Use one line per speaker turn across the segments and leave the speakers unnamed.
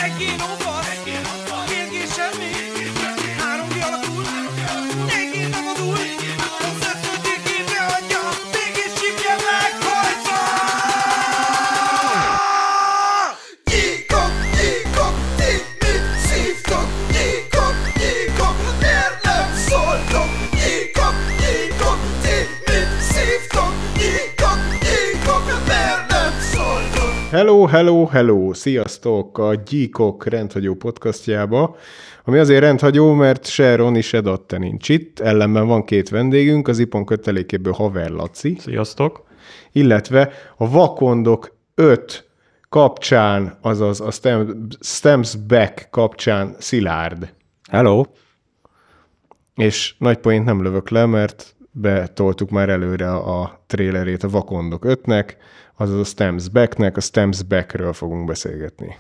Hello! Sziasztok! A Gyíkok rendhagyó podcastjába, ami azért rendhagyó, mert se Roni, se Datte nincs itt, ellenben van két vendégünk, az Ipon kötelékéből Haver Laci.
Sziasztok!
Illetve a Vakondok 5 kapcsán, azaz a Stems Back kapcsán Szilárd.
Hello!
És nagy poént nem lövök le, mert betoltuk már előre a trailerét a Vakondok 5-nek, azaz a Stems Backnek, a Stems Backről fogunk beszélgetni.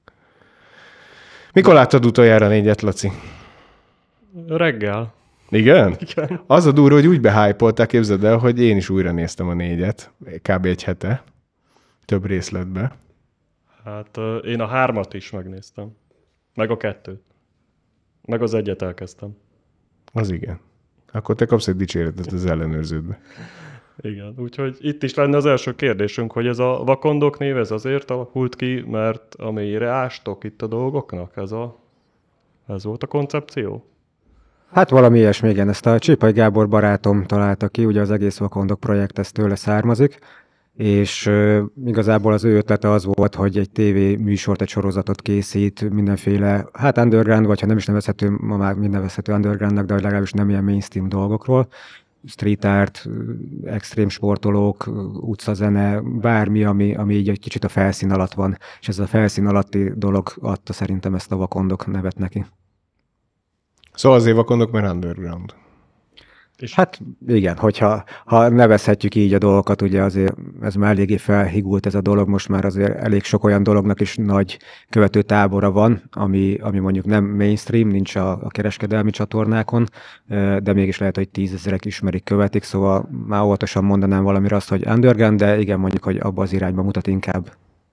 Mikor láttad utoljára a 4-et, Laci?
Reggel.
Igen?
Igen.
Az a durva, hogy úgy behypolták, képzeld el, hogy én is újra néztem a 4-et, kb. Egy hete, több részletbe.
Hát én a 3-at is megnéztem. Meg a 2-t. Meg az 1-et elkezdtem.
Az igen. Akkor te kapsz egy dicséretet az ellenőrződbe.
Igen, úgyhogy itt is lenne az első kérdésünk, hogy ez a Vakondok név, ez azért alakult ki, mert amelyre ástok itt a dolgoknak, ez volt a koncepció?
Hát valami ilyesmi, igen. Ezt a Csipai Gábor barátom találta ki, ugye az egész Vakondok projekt, ez tőle származik, és igazából az ő ötlete az volt, hogy egy tévéműsort, egy sorozatot készít, mindenféle, hát underground, vagy ha nem is nevezhető, ma már mind nevezhető undergroundnak, de legalábbis nem ilyen mainstream dolgokról. Street art, extrém sportolók, utcazene, bármi, ami így egy kicsit a felszín alatt van. És ez a felszín alatti dolog adta szerintem ezt a Vakondok nevet neki.
Szóval azért Vakondok, mert underground.
És
Hát igen, hogyha nevezhetjük így a dolgokat, ugye azért ez már eléggé felhigult ez a dolog, most már azért elég sok olyan dolognak is nagy követő tábora van, ami mondjuk nem mainstream, nincs a kereskedelmi csatornákon, de mégis lehet, hogy 10 000-ek ismerik, követik, szóval már óvatosan mondanám valamire azt, hogy underground, de igen, mondjuk, hogy abba az irányba mutat inkább.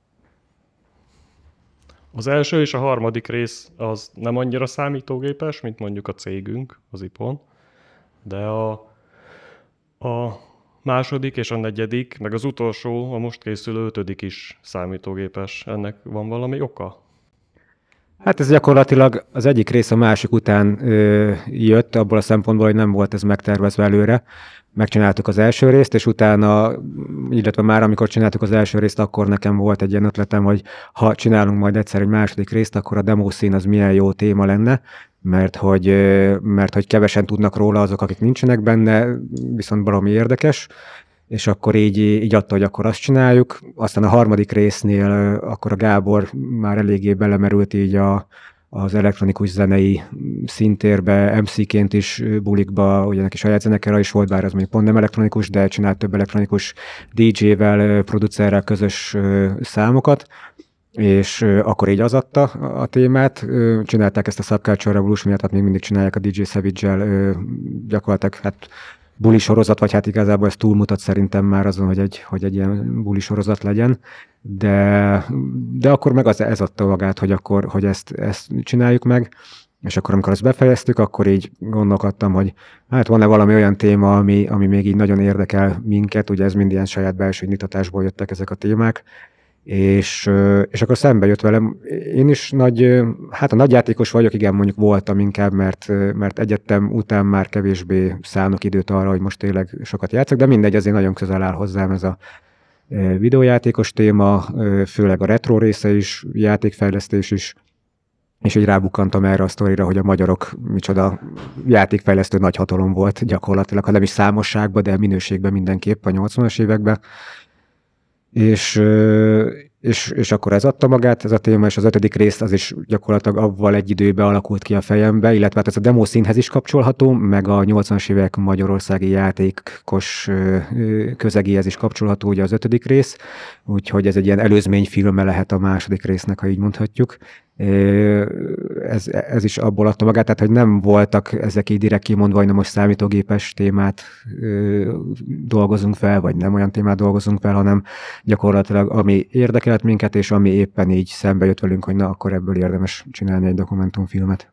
az első és a harmadik rész az nem annyira számítógépes, mint mondjuk a cégünk, az Ipon, de a második és a negyedik, meg az utolsó, a most készülő 5. is számítógépes. Ennek van valami oka?
Hát ez gyakorlatilag az egyik rész a másik után jött, abból a szempontból, hogy nem volt ez megtervezve előre. Megcsináltuk az első részt, és utána, illetve már amikor csináltuk az első részt, akkor nekem volt egy ilyen ötletem, hogy ha csinálunk majd egyszer egy második részt, akkor a demószín az milyen jó téma lenne, mert hogy kevesen tudnak róla azok, akik nincsenek benne, viszont valami érdekes, és akkor így adta, hogy akkor azt csináljuk. Aztán a harmadik résznél akkor a Gábor már eléggé belemerült így az elektronikus zenei szintérbe, MC-ként is bulikba, ugye neki saját zenekara is volt, bár az mondjuk pont nem elektronikus, de csinált több elektronikus DJ-vel, producerrel közös számokat, és akkor így az adta a témát. Csinálták ezt a Subculture Revolution miatt, hát még mindig csinálják a DJ Savage-el, gyakorlatilag hát buli sorozat, vagy hát igazából ez túlmutat szerintem már azon, hogy egy ilyen buli sorozat legyen, de akkor meg ez adta magát, hogy ezt csináljuk meg, és akkor amikor ezt befejeztük, akkor így gondolkodtam, hogy hát van-e valami olyan téma, ami még így nagyon érdekel minket, ugye ez mind ilyen saját belső nyitatásból jöttek ezek a témák, és akkor szembe jött velem. Én is a nagy játékos vagyok, igen, mondjuk voltam inkább, mert egyetem után már kevésbé szánok időt arra, hogy most tényleg sokat játszok, de mindegy, azért nagyon közel áll hozzám ez a videójátékos téma, főleg a retro része is, játékfejlesztés is, és így rábukkantam erre a sztorira, hogy a magyarok micsoda játékfejlesztő nagy hatalom volt gyakorlatilag, ha nem is számosságban, de minőségben mindenképp a 80-as években. És akkor ez adta magát, ez a téma, és az 5. rész az is gyakorlatilag avval egy időben alakult ki a fejembe, illetve hát ez a demo színhez is kapcsolható, meg a 80-as évek magyarországi játékos közegéhez is kapcsolható, ugye az 5. rész, úgyhogy ez egy ilyen előzményfilme lehet a második résznek, ha így mondhatjuk, Ez is abból adta magát, tehát hogy nem voltak ezek így direkt kimondva, hogy na most számítógépes témát dolgozunk fel, vagy nem olyan témát dolgozunk fel, hanem gyakorlatilag ami érdekelt minket, és ami éppen így szembe jött velünk, hogy na, akkor ebből érdemes csinálni egy dokumentumfilmet.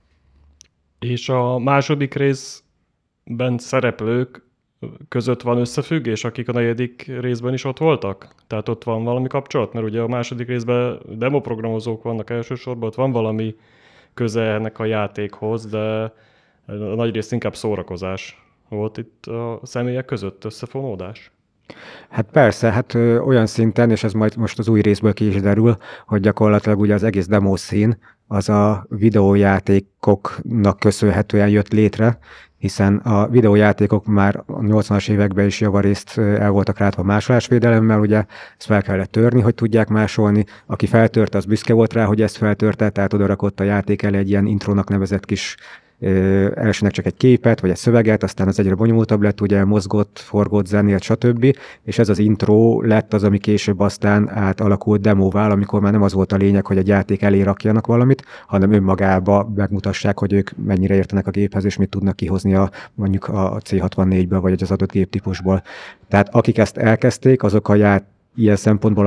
És a második részben szereplők között van összefüggés, akik a negyedik részben is ott voltak? Tehát ott van valami kapcsolat? Mert ugye a második részben demoprogramozók vannak elsősorban, ott van valami köze ennek a játékhoz, de a nagy rész inkább szórakozás. Volt itt a személyek között összefonódás?
Hát persze, hát olyan szinten, és ez majd most az új részből ki is derül, hogy gyakorlatilag ugye az egész demószín az a videójátékoknak köszönhetően jött létre, hiszen a videójátékok már a 80-as években is javarészt el voltak rátva másolásvédelemmel, ugye ezt fel kellett törni, hogy tudják másolni. Aki feltörte, az büszke volt rá, hogy ezt feltörte, tehát oda rakott a játék elé egy ilyen intrónak nevezett kis elsőnek csak egy képet, vagy egy szöveget, aztán az egyre bonyolultabb lett, ugye mozgott, forgott, zenélt, stb. És ez az intro lett az, ami később aztán átalakult demóvá, amikor már nem az volt a lényeg, hogy egy játék elé rakjanak valamit, hanem önmagába megmutassák, hogy ők mennyire értenek a géphez, és mit tudnak kihozni mondjuk a C64-ből, vagy az adott géptípusból. Tehát akik ezt elkezdték, azok ilyen szempontból a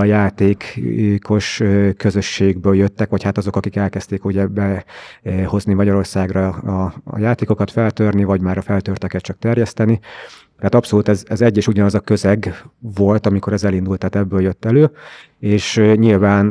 játékos közösségből jöttek, vagy hát azok, akik elkezdték ugye behozni Magyarországra a játékokat, feltörni, vagy már a feltörteket csak terjeszteni. Tehát abszolút ez egy és ugyanaz a közeg volt, amikor ez elindult, tehát ebből jött elő, és nyilván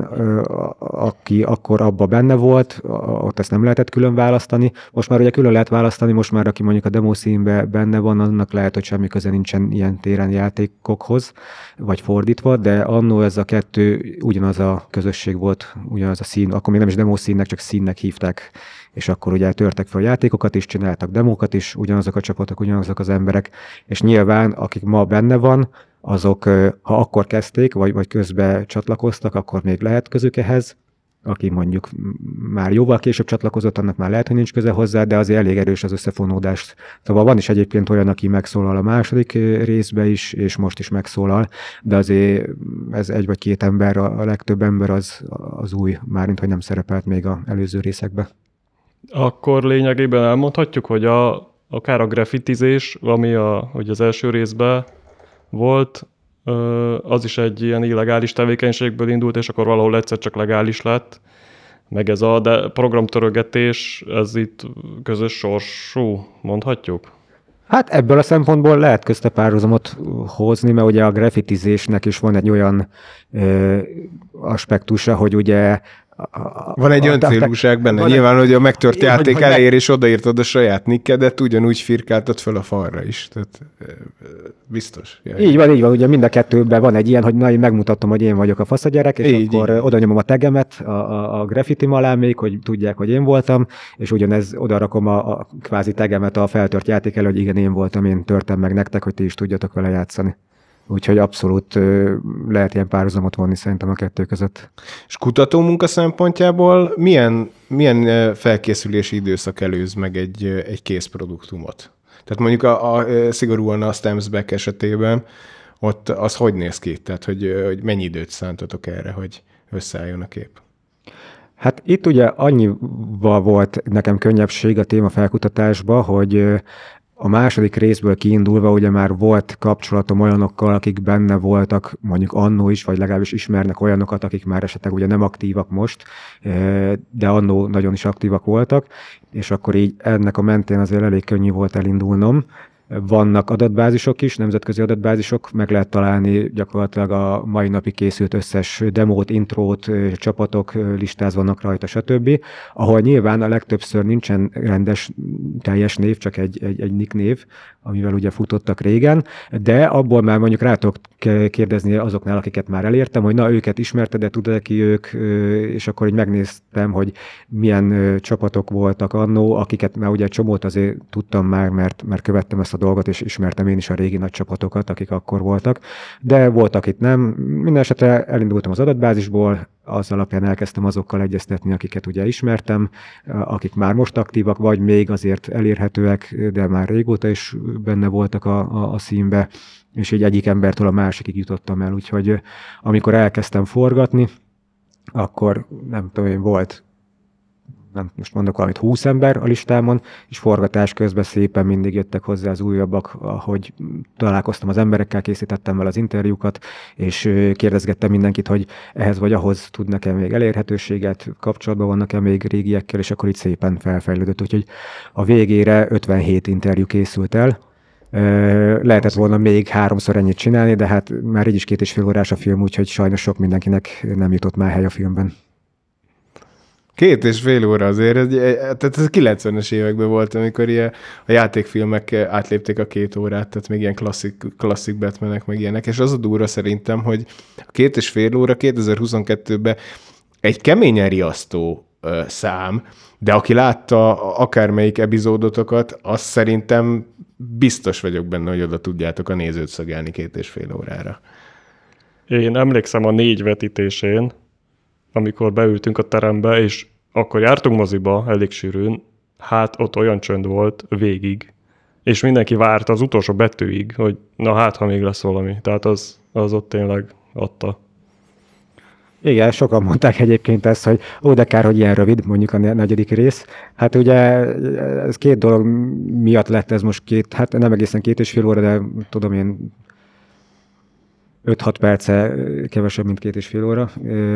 aki akkor abba benne volt, ott ezt nem lehetett külön választani. Most már ugye külön lehet választani, most már aki mondjuk a demószínben benne van, annak lehet, hogy semmi köze nincsen ilyen téren játékokhoz, vagy fordítva, de annó ez a kettő ugyanaz a közösség volt, ugyanaz a szín, akkor még nem is demószínnek, csak színnek hívták, és akkor ugye törtek fel a játékokat is, csináltak demókat is, ugyanazok a csapatok, ugyanazok az emberek, és nyilván akik ma benne van, azok, ha akkor kezdték, vagy közben csatlakoztak, akkor még lehet közük ehhez. Aki mondjuk már jóval később csatlakozott, annak már lehet, hogy nincs köze hozzá, de azért elég erős az összefonódás. Szóval van is egyébként olyan, aki megszólal a második részbe is, és most is megszólal, de azért ez egy vagy két ember, a legtöbb ember az új, mármint hogy nem szerepelt még az előző részekben.
Akkor lényegében elmondhatjuk, hogy akár a graffitizés, ami hogy az első részben volt, az is egy ilyen illegális tevékenységből indult, és akkor valahol egyszer csak legális lett. Meg ez a programtörögetés, ez itt közös sorsú, mondhatjuk?
Hát ebből a szempontból lehet közte párhuzamot hozni, mert ugye a graffitizésnek is van egy olyan aspektusa, hogy ugye
van egy öncélúság benne. Nyilván, hogy a megtört játék elér, és odaírtad a saját nikkedet, ugyanúgy firkáltad fel a falra is. Tehát biztos. Jaj.
Így van. Ugye mind a kettőben van egy ilyen, hogy na, én megmutatom, hogy én vagyok a faszagyerek, és így, akkor oda nyomom a tegemet a graffitim alá még, hogy tudják, hogy én voltam, és ugyanez oda rakom a kvázi tegemet a feltört játék elő, hogy igen, én voltam, én törtem meg nektek, hogy ti is tudjatok vele játszani. Úgyhogy abszolút lehet ilyen párhuzamot vonni szerintem a kettő között.
És kutatómunka szempontjából milyen felkészülési időszak előz meg egy készproduktumot? Tehát mondjuk szigorúan a Stamsback esetében ott az hogy néz ki? Tehát, hogy mennyi időt szántatok erre, hogy összeálljon a kép?
Hát itt ugye annyival volt nekem könnyebbség a témafelkutatásba, hogy a második részből kiindulva ugye már volt kapcsolatom olyanokkal, akik benne voltak mondjuk annó is, vagy legalábbis ismernek olyanokat, akik már esetleg ugye nem aktívak most, de annó nagyon is aktívak voltak, és akkor így ennek a mentén azért elég könnyű volt elindulnom. Vannak adatbázisok is, nemzetközi adatbázisok, meg lehet találni gyakorlatilag a mai napig készült összes demót, intrót, csapatok listázva vannak rajta, stb. Ahol nyilván a legtöbbször nincsen rendes teljes név, csak egy nick név, amivel ugye futottak régen, de abból már mondjuk rá tudok kérdezni azoknál, akiket már elértem, hogy na, őket ismerted, de tudod ki ők, és akkor így megnéztem, hogy milyen csapatok voltak annó, akiket már ugye egy csomót azért tudtam már, mert követtem ezt a dolgot, és ismertem én is a régi nagy csapatokat, akik akkor voltak, de voltak itt nem. Minden esetre elindultam az adatbázisból, az alapján elkezdtem azokkal egyeztetni, akiket ugye ismertem, akik már most aktívak, vagy még azért elérhetőek, de már régóta is benne voltak a színbe, és így egyik embertől a másikig jutottam el, úgyhogy amikor elkezdtem forgatni, akkor nem tudom én, volt nem most mondok valamit, 20 ember a listámon, és forgatás közben szépen mindig jöttek hozzá az újabbak, ahogy találkoztam az emberekkel, készítettem vele az interjúkat, és kérdezgettem mindenkit, hogy ehhez vagy ahhoz tudnak-e még elérhetőséget, kapcsolatban vannak-e még régiekkel, és akkor így szépen felfejlődött, úgyhogy a végére 57 interjú készült el. Lehetett volna még 3-szor ennyit csinálni, de hát már így is 2,5 órás a film, úgyhogy sajnos sok mindenkinek nem jutott már hely a filmben.
2,5 óra azért, tehát ez 90-es években volt, amikor ilyen, a játékfilmek átlépték a 2 órát, tehát még ilyen klasszik Batmanek, meg ilyenek, és az a durva szerintem, hogy a 2,5 óra 2022-ben egy keményen riasztó szám, de aki látta akármelyik epizódotokat, azt szerintem biztos vagyok benne, hogy oda tudjátok a nézőt szögelni 2,5 órára.
Én emlékszem a 4 vetítésén, amikor beültünk a terembe, és akkor jártunk moziba elég sűrűn, hát ott olyan csönd volt végig, és mindenki várta az utolsó betűig, hogy na hát, ha még lesz valami. Tehát az ott tényleg adta.
Igen, sokan mondták egyébként ezt, hogy de kár, hogy ilyen rövid, mondjuk a 4. rész. Hát ugye ez 2 dolog miatt lett ez most hát nem egészen 2,5 óra, de tudom én 5-6 perce kevesebb, mint 2,5 óra.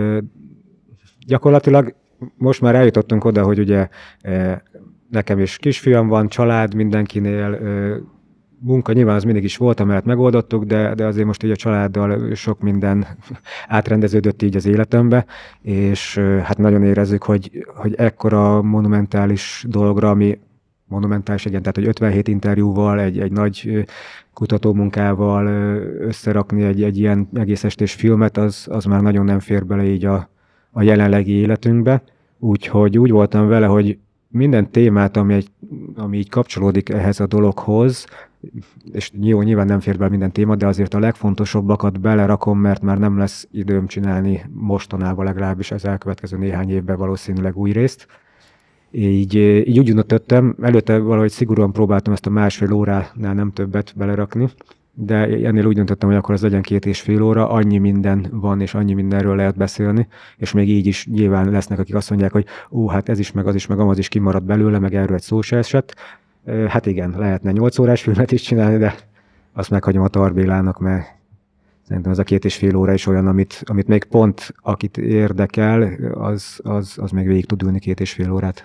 Gyakorlatilag most már eljutottunk oda, hogy ugye nekem is kisfiam van, család mindenkinél, munka nyilván az mindig is volt, amellett megoldottuk, de azért most így a családdal sok minden átrendeződött így az életembe, és hát nagyon érezzük, hogy ekkora monumentális dologra, ami monumentális, igen, tehát hogy 57 interjúval, egy nagy kutatómunkával összerakni egy ilyen egész estés filmet, az már nagyon nem fér bele így a jelenlegi életünkbe. Úgyhogy úgy voltam vele, hogy minden témát, ami így kapcsolódik ehhez a dologhoz, és nyilván nem fér bele minden téma, de azért a legfontosabbakat belerakom, mert már nem lesz időm csinálni mostanában legalábbis az elkövetkező néhány évben valószínűleg új részt. Így úgy döntöttem, előtte valahogy szigorúan próbáltam ezt a 1,5 óránál nem többet belerakni, de ennél úgy döntöttem, hogy akkor az legyen 2,5 óra, annyi minden van, és annyi mindenről lehet beszélni, és még így is nyilván lesznek, akik azt mondják, hogy hát ez is, meg az is, meg amaz is kimarad belőle, meg erről egy szó se esett. Hát igen, lehetne 8 órás filmet is csinálni, de azt meghagyom a Tarbélának, mert szerintem ez a 2,5 óra is olyan, amit még pont akit érdekel, az még végig tud ülni 2,5 órát.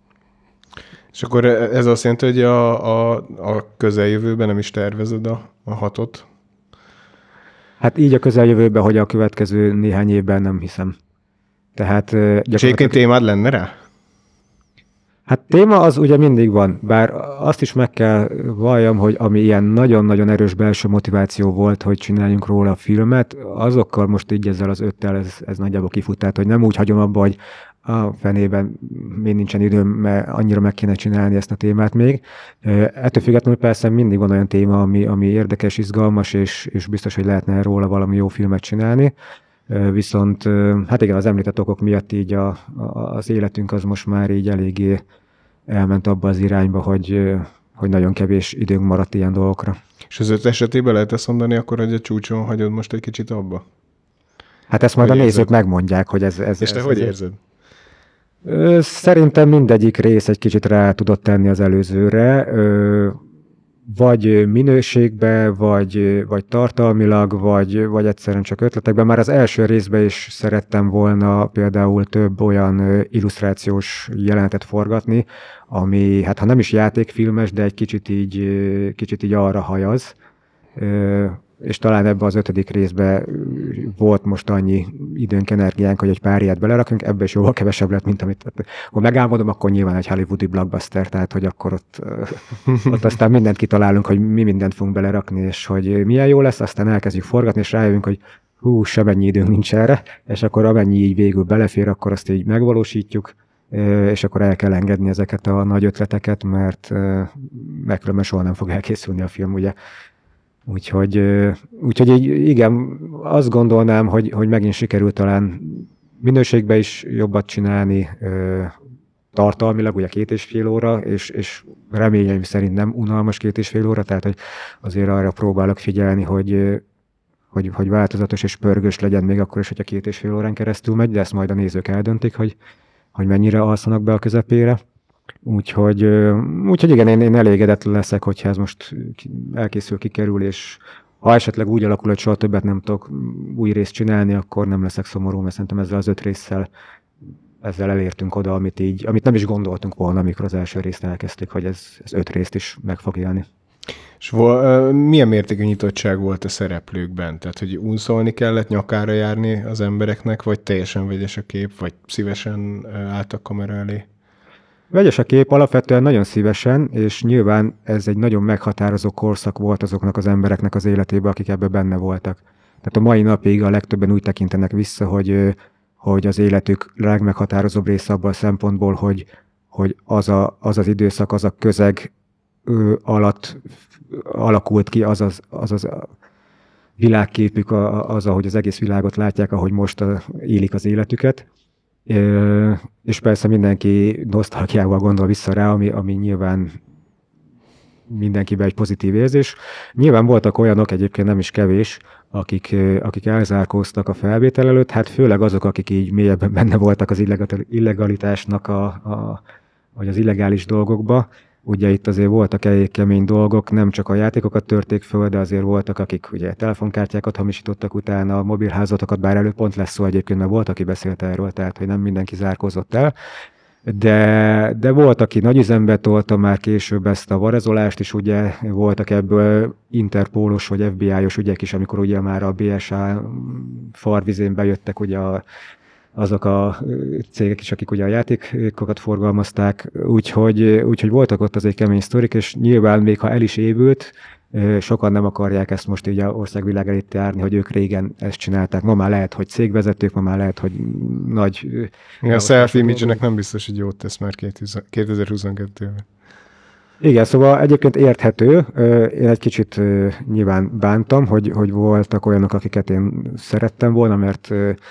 És akkor ez azt jelenti, hogy a közeljövőben nem is tervezed a 6-ot?
Hát így a közeljövőben, hogy a következő néhány évben nem hiszem. Tehát
és egyébként témád lenne rá?
Hát téma az ugye mindig van, bár azt is meg kell valljam, hogy ami ilyen nagyon-nagyon erős belső motiváció volt, hogy csináljunk róla a filmet, azokkal most így ezzel az 5-tel ez nagyjából kifut, tehát hogy nem úgy hagyom abba, hogy a fenében még nincsen időm, mert annyira meg kéne csinálni ezt a témát még. Ettől függetlenül persze mindig van olyan téma, ami érdekes, izgalmas, és biztos, hogy lehetne róla valami jó filmet csinálni. Viszont hát igen, az említett okok miatt így az életünk az most már így eléggé elment abba az irányba, hogy nagyon kevés időnk maradt ilyen dolgokra.
És az 5 esetében lehet ezt mondani akkor, hogy a csúcson hagyod most egy kicsit abba?
Hát ezt majd a nézők megmondják, hogy ez...
És te hogy érzed?
Szerintem mindegyik rész egy kicsit rá tudott tenni az előzőre, vagy minőségbe, vagy tartalmilag, vagy egyszerűen csak ötletekben. Már az első részben is szerettem volna például több olyan illusztrációs jelenetet forgatni, ami, hát ha nem is játékfilmes, de egy kicsit így arra hajaz. És talán ebbe az 5. részbe volt most annyi időnk, energiánk, hogy egy pár ilyet belerakunk, ebbe is jóval kevesebb lett, mint amit... Ha megálmodom, akkor nyilván egy hollywoodi blockbuster, tehát hogy akkor ott aztán mindent kitalálunk, hogy mi mindent fogunk belerakni, és hogy milyen jó lesz, aztán elkezdjük forgatni, és rájövünk, hogy semennyi időnk nincs erre, és akkor amennyi így végül belefér, akkor azt így megvalósítjuk, és akkor el kell engedni ezeket a nagy ötleteket, mert különben soha nem fog elkészülni a film, ugye. Úgyhogy igen, azt gondolnám, hogy megint sikerült talán minőségben is jobbat csinálni, tartalmilag, ugye 2,5 óra, és reményeim szerint nem unalmas 2,5 óra, tehát hogy azért arra próbálok figyelni, hogy változatos és pörgős legyen még akkor is, hogyha 2,5 órán keresztül megy, de ezt majd a nézők eldöntik, hogy hogy mennyire alszanak be a közepére. Úgyhogy igen, én elégedett leszek, hogyha ez most elkészül, kikerül, és ha esetleg úgy alakul, hogy soha többet nem tudok új részt csinálni, akkor nem leszek szomorú, mert szerintem ezzel az 5 résszel ezzel elértünk oda, amit nem is gondoltunk volna, amikor az első részt elkezdtük, hogy ez 5 részt is meg fog élni.
És milyen mértékű nyitottság volt a szereplőkben? Tehát, hogy unszolni kellett nyakára járni az embereknek, vagy teljesen vegyes a kép, vagy szívesen álltak kamera elé?
Vegyes a kép, alapvetően nagyon szívesen, és nyilván ez egy nagyon meghatározó korszak volt azoknak az embereknek az életében, akik ebben benne voltak. Tehát a mai napig a legtöbben úgy tekintenek vissza, hogy az életük legmeghatározóbb része abban a szempontból, hogy az időszak, az a közeg alatt alakult ki, az a világképük, az, ahogy az egész világot látják, ahogy most élik az életüket. És persze mindenki nosztalgiával gondol vissza rá, ami nyilván mindenkiben egy pozitív érzés. Nyilván voltak olyanok, egyébként nem is kevés, akik elzárkóztak a felvétel előtt, hát főleg azok, akik így mélyebben benne voltak az illegalitásnak, vagy az illegális dolgokba. Ugye itt azért voltak elég kemény dolgok, nem csak a játékokat törték föl, de azért voltak, akik ugye telefonkártyákat hamisítottak utána, mobilházatokat, bár előbb pont lesz szó egyébként, mert volt, aki beszélt erről, tehát hogy nem mindenki zárkózott el. De volt, aki nagy üzembe tolta már később ezt a varezolást is, ugye voltak ebből interpólos vagy FBI-os ügyek is, amikor ugye már a BSA farvizén bejöttek ugye azok a cégek is, akik ugye a játékokat forgalmazták, úgyhogy voltak ott azért kemény sztorik, és nyilván még ha el is évült, sokan nem akarják ezt most így a országvilág elé járni, hogy ők régen ezt csinálták. Ma már lehet, hogy cégvezetők, ma már lehet, hogy nagy...
A self-image-nek nem biztos, hogy jót tesz már 2022-ben.
Igen, szóval egyébként érthető. Én egy kicsit nyilván bántam, hogy voltak olyanok, akiket én szerettem volna, mert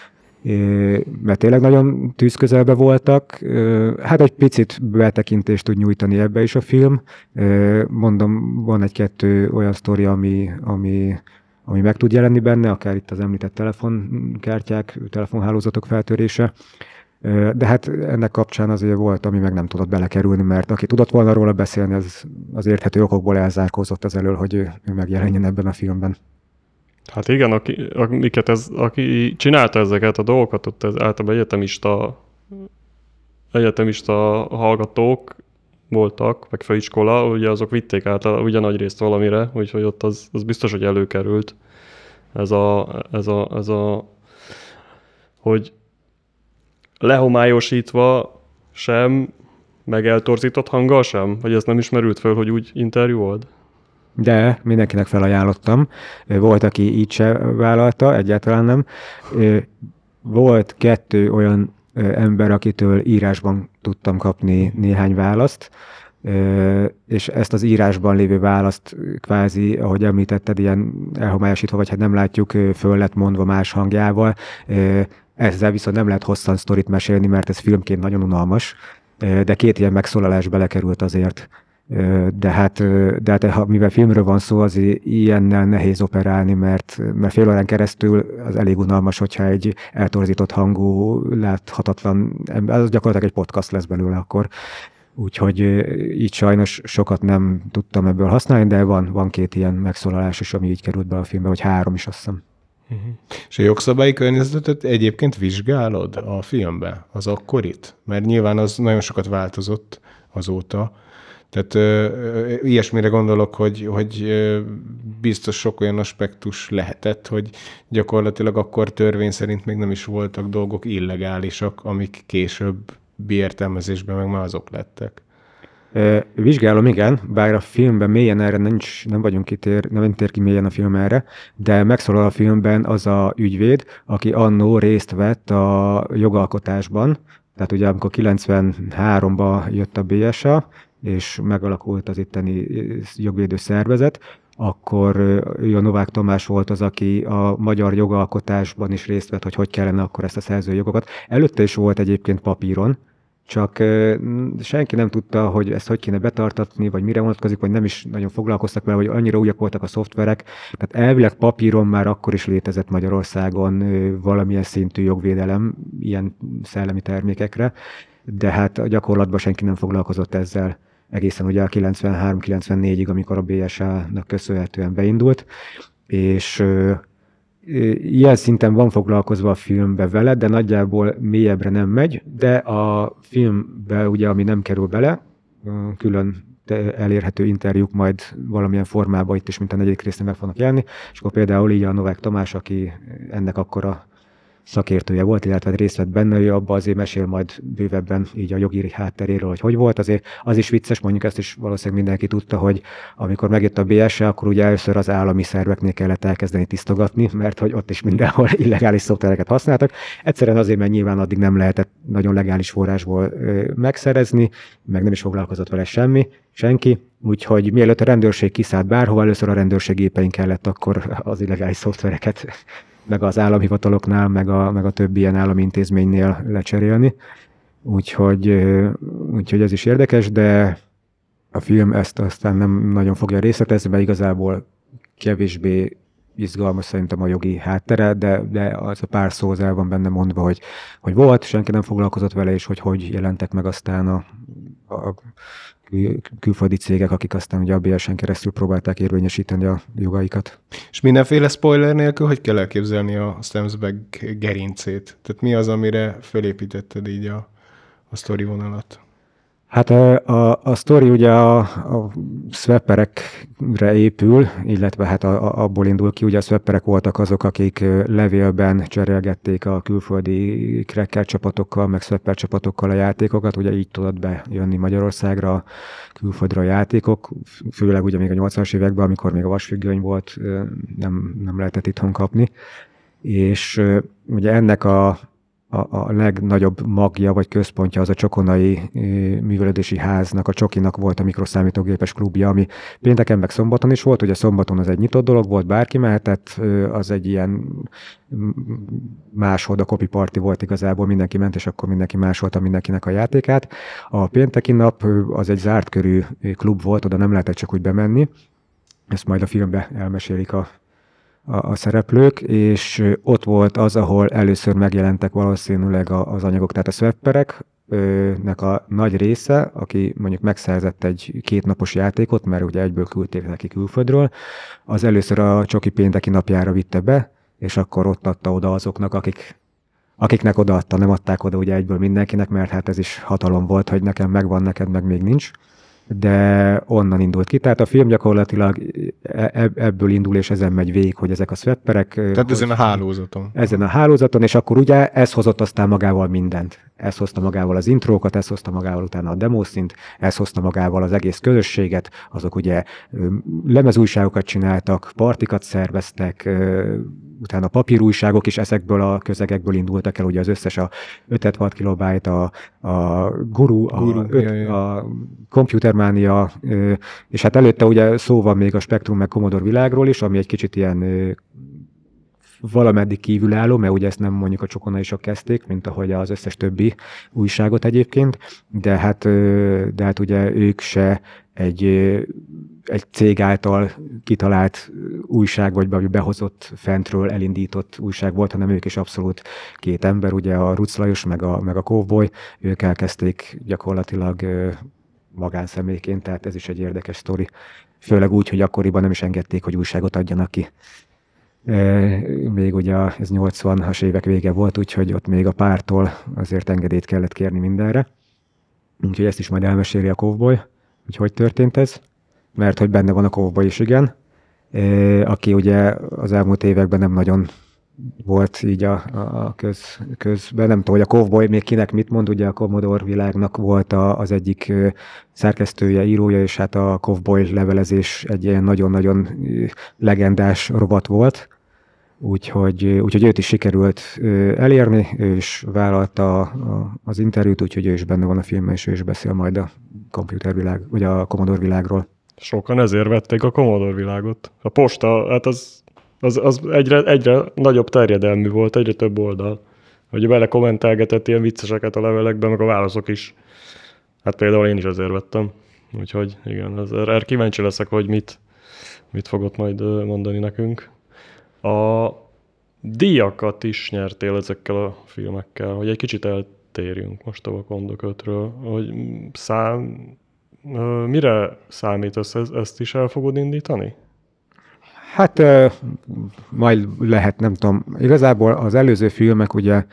tényleg nagyon tűzközelbe voltak. Hát egy picit betekintést tud nyújtani ebbe is a film. Mondom, van egy-kettő olyan sztori, ami meg tud jelenni benne, akár itt az említett telefonkártyák, telefonhálózatok feltörése. De hát ennek kapcsán azért volt, ami meg nem tudott belekerülni, mert aki tudott volna róla beszélni, az érthető okokból elzárkózott az elől, hogy ő megjelenjen ebben a filmben.
Hát igen, aki csinálta ezeket a dolgokat, ott ez általában egyetemista hallgatók voltak, meg főiskola, ugye azok vitték át ugye nagy részt valamire, úgyhogy ott az biztos, hogy előkerült. Ez a hogy lehomályosítva sem, meg eltorzított hanggal sem? Vagy ez nem ismerült föl, hogy úgy interjúold?
De mindenkinek felajánlottam. Volt, aki így se vállalta, egyáltalán nem. Volt 2 olyan ember, akitől írásban tudtam kapni néhány választ, és ezt az írásban lévő választ kvázi, ahogy említetted, ilyen elhomályosítva, vagy hát nem látjuk, föl lett mondva más hangjával. Ezzel viszont nem lehet hosszan sztorit mesélni, mert ez filmként nagyon unalmas, de 2 ilyen megszólalás belekerült azért. De hát mivel filmről van szó, azért ilyennel nehéz operálni, mert fél órán keresztül az elég unalmas, hogyha egy eltorzított hangú, láthatatlan, az gyakorlatilag egy podcast lesz belőle akkor. Úgyhogy így sajnos sokat nem tudtam ebből használni, de van 2 ilyen megszólalás is, ami így került be a filmbe, vagy 3 is, azt hiszem.
És a jogszabályi környezetet egyébként vizsgálod a filmben, az akkorit? Mert nyilván az nagyon sokat változott azóta. Tehát ilyesmire gondolok, hogy biztos sok olyan aspektus lehetett, hogy gyakorlatilag akkor törvény szerint még nem is voltak dolgok illegálisak, amik később értelmezésben meg már azok lettek.
Vizsgálom, igen, bár a filmben mélyen erre nem tér ki mélyen a film erre, de megszólal a filmben az a ügyvéd, aki annó részt vett a jogalkotásban, tehát ugye amikor 93-ban jött a BSA, és megalakult az itteni jogvédő szervezet, akkor a Novák Tamás volt az, aki a magyar jogalkotásban is részt vett, hogy kellene akkor ezt a szerzői jogokat. Előtte is volt egyébként papíron, csak senki nem tudta, hogy ezt hogy kéne betartatni, vagy mire vonatkozik, vagy nem is nagyon foglalkoztak vele, vagy annyira újak voltak a szoftverek. Tehát elvileg papíron már akkor is létezett Magyarországon valamilyen szintű jogvédelem ilyen szellemi termékekre. de hát a gyakorlatban senki nem foglalkozott ezzel egészen ugye a 93-94-ig, amikor a BSA-nak köszönhetően beindult, és ilyen szinten van foglalkozva a filmbe vele, de nagyjából mélyebbre nem megy, de a filmbe ugye, ami nem kerül bele, külön elérhető interjúk majd valamilyen formában itt is, mint a 4. résznél meg fognak jelenni, és akkor például így a Novák Tamás, aki ennek akkor a szakértője volt, illetve részt vett benne, ő abban azért mesél majd bővebben így a jogi hátteréről, hogy volt. Azért az is vicces, mondjuk ezt is valószínűleg mindenki tudta, hogy amikor megjött a BSA, akkor ugye először az állami szerveknél kellett elkezdeni tisztogatni, mert hogy ott is mindenhol illegális szoftvereket használtak. Egyszerűen azért, mert nyilván addig nem lehetett nagyon legális forrásból megszerezni, meg nem is foglalkozott vele senki. Úgyhogy mielőtt a rendőrség kiszállt bárhova, először a rendőrség gépein kellett akkor az illegális szoftvereket meg az államhivataloknál, meg a többi ilyen állami intézménynél lecserélni. Úgyhogy ez is érdekes, de a film ezt aztán nem nagyon fogja részletezni, mert igazából kevésbé izgalmas szerintem a jogi háttere, de az a pár szó az el van benne mondva, hogy volt, senki nem foglalkozott vele, és hogy jelentek meg aztán a külföldi cégek, akik aztán ugye a BSN keresztül próbálták érvényesíteni a jogaikat.
És mindenféle spoiler nélkül, hogy kell elképzelni a Stamsbag gerincét? Tehát mi az, amire felépítetted így a sztori vonalat?
Hát a sztori ugye a swapperekre épül, illetve hát abból indul ki, ugye a swapperek voltak azok, akik levélben cserélgették a külföldi cracker csapatokkal, meg swapper csapatokkal a játékokat, ugye így tudott bejönni Magyarországra, külföldre a játékok, főleg ugye még a 80-as években, amikor még a vasfüggöny volt, nem lehetett itthon kapni. És ugye ennek a legnagyobb magja vagy központja az a Csokonai művelődési háznak, a Csokinak volt a mikroszámítógépes klubja, ami pénteken meg szombaton is volt. Ugye szombaton az egy nyitott dolog volt, bárki mehetett, az egy ilyen máshol a copy party volt igazából, mindenki ment, és akkor mindenki másolta mindenkinek a játékát. A pénteki nap az egy zárt körű klub volt, oda nem lehetett csak úgy bemenni. Ezt majd a filmben elmesélik a szereplők, és ott volt az, ahol először megjelentek valószínűleg az anyagok, tehát a swappereknek a nagy része, aki mondjuk megszerzett egy 2 napos játékot, mert ugye egyből küldték neki külföldről, az először a Csoki pénteki napjára vitte be, és akkor ott adta oda azoknak, akiknek odaadta, nem adták oda ugye egyből mindenkinek, mert hát ez is hatalom volt, hogy nekem megvan, neked meg még nincs. De onnan indult ki. Tehát a film gyakorlatilag ebből indul, és ezen megy végig, hogy ezek a swapperek...
Tehát ezen a hálózaton.
Ezen a hálózaton, és akkor ugye ez hozott aztán magával mindent. Ez hozta magával az intrókat, ez hozta magával utána a demószint, ez hozta magával az egész közösséget, azok ugye lemezújságokat csináltak, partikat szerveztek, utána papírújságok is ezekből a közegekből indultak el, ugye az összes a 5-6 kilobájt, a Guru, a Computermania, és hát előtte ugye szó van még a Spectrum meg Commodore világról is, ami egy kicsit ilyen valameddig kívülálló, mert ugye ezt nem mondjuk a Csokonaisok kezdték, mint ahogy az összes többi újságot egyébként, de hát ugye ők se egy cég által kitalált újság, vagy behozott fentről elindított újság volt, hanem ők is abszolút 2 ember, ugye a Rucz Lajos meg a Cowboy, ők elkezdték gyakorlatilag magánszemélyként, tehát ez is egy érdekes sztori. Főleg úgy, hogy akkoriban nem is engedték, hogy újságot adjanak ki. Még ugye ez 80-as évek vége volt, úgyhogy ott még a pártól azért engedélyt kellett kérni mindenre. Úgyhogy ezt is majd elmeséli a Cowboy, hogy történt ez, mert hogy benne van a Cowboy is, igen, aki ugye az elmúlt években nem nagyon volt így a közben, nem tudom, hogy a Cowboy még kinek mit mond, ugye a Commodore világnak volt az egyik szerkesztője, írója, és hát a Cowboy levelezés egy ilyen nagyon-nagyon legendás rovat volt, úgyhogy őt is sikerült elérni, ő is vállalta az interjút, úgyhogy ő is benne van a filmben, és ő is beszél majd a komputervilág, vagy a Commodore világról.
Sokan ezért vették a Commodore világot. A posta, hát az egyre nagyobb terjedelmű volt, egyre több oldal. Hogy bele kommentelgetett ilyen vicceseket a levelekben, meg a válaszok is. Hát például én is ezért vettem. Úgyhogy igen, erre kíváncsi leszek, hogy mit fogott majd mondani nekünk. A díjakat is nyertél ezekkel a filmekkel, hogy egy kicsit áttérjünk most a Vakondokötről, hogy mire számítasz, ezt is el fogod indítani?
Hát majd lehet, nem tudom. Igazából az előző filmek ugye